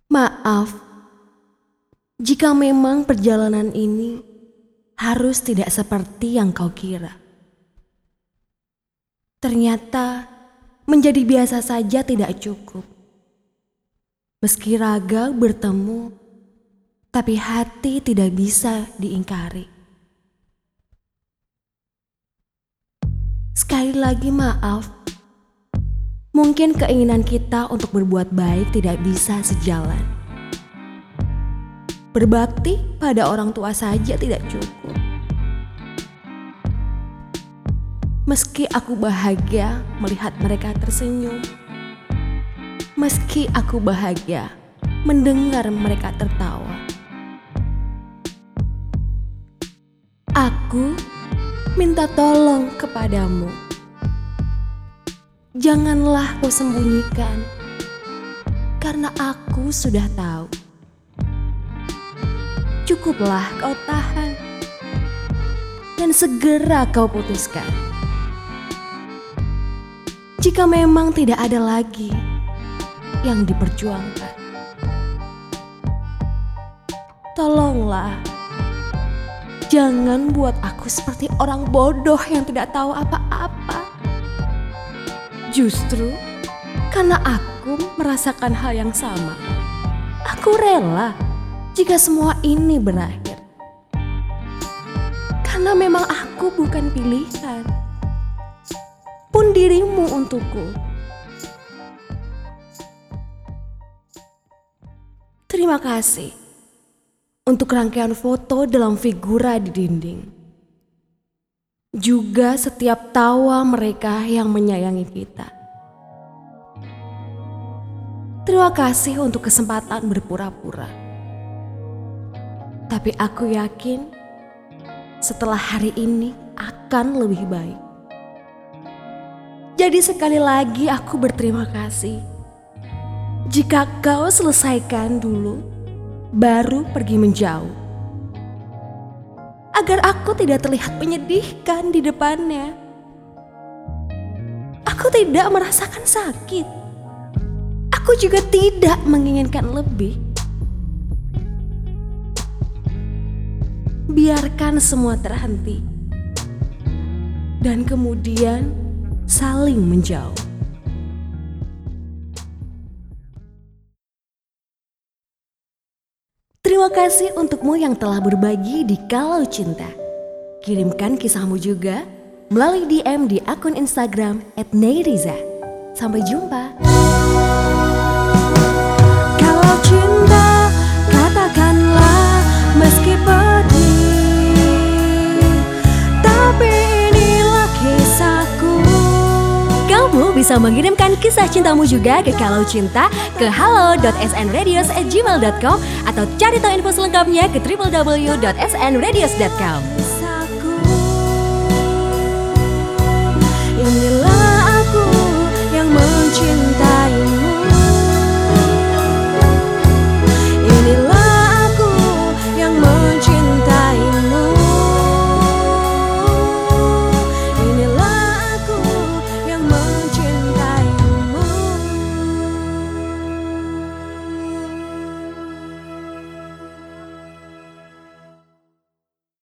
Maaf, jika memang perjalanan ini harus tidak seperti yang kau kira. Ternyata menjadi biasa saja tidak cukup. Meski raga bertemu, tapi hati tidak bisa diingkari. Sekali lagi maaf, mungkin keinginan kita untuk berbuat baik tidak bisa sejalan. Berbakti pada orang tua saja tidak cukup. Meski aku bahagia melihat mereka tersenyum, meski aku bahagia mendengar mereka tertawa, aku minta tolong kepadamu. Janganlah kau sembunyikan, karena aku sudah tahu. Cukuplah kau tahan, dan segera kau putuskan. Jika memang tidak ada lagi yang diperjuangkan, tolonglah, jangan buat aku seperti orang bodoh yang tidak tahu apa-apa. Justru karena aku merasakan hal yang sama, aku rela jika semua ini berakhir. Karena memang aku bukan pilihan pun dirimu untukku. Terima kasih untuk rangkaian foto dalam figura di dinding. Juga setiap tawa mereka yang menyayangi kita. Terima kasih untuk kesempatan berpura-pura. Tapi aku yakin setelah hari ini akan lebih baik. Jadi sekali lagi aku berterima kasih. Jika kau selesaikan dulu, baru pergi menjauh. Agar aku tidak terlihat menyedihkan di depannya. Aku tidak merasakan sakit. Aku juga tidak menginginkan lebih. Biarkan semua terhenti. Dan kemudian saling menjauh. Terima kasih untukmu yang telah berbagi di Kalau Cinta. Kirimkan kisahmu juga melalui DM di akun Instagram @neyriza. Sampai jumpa. Kalau cinta, katakanlah meski pedih, tapi inilah kisahku. Kamu bisa mengirimkan kisah cintamu juga ke Kalau Cinta ke halo.snradios@gmail.com atau cari tahu info selengkapnya ke www.snradios.com.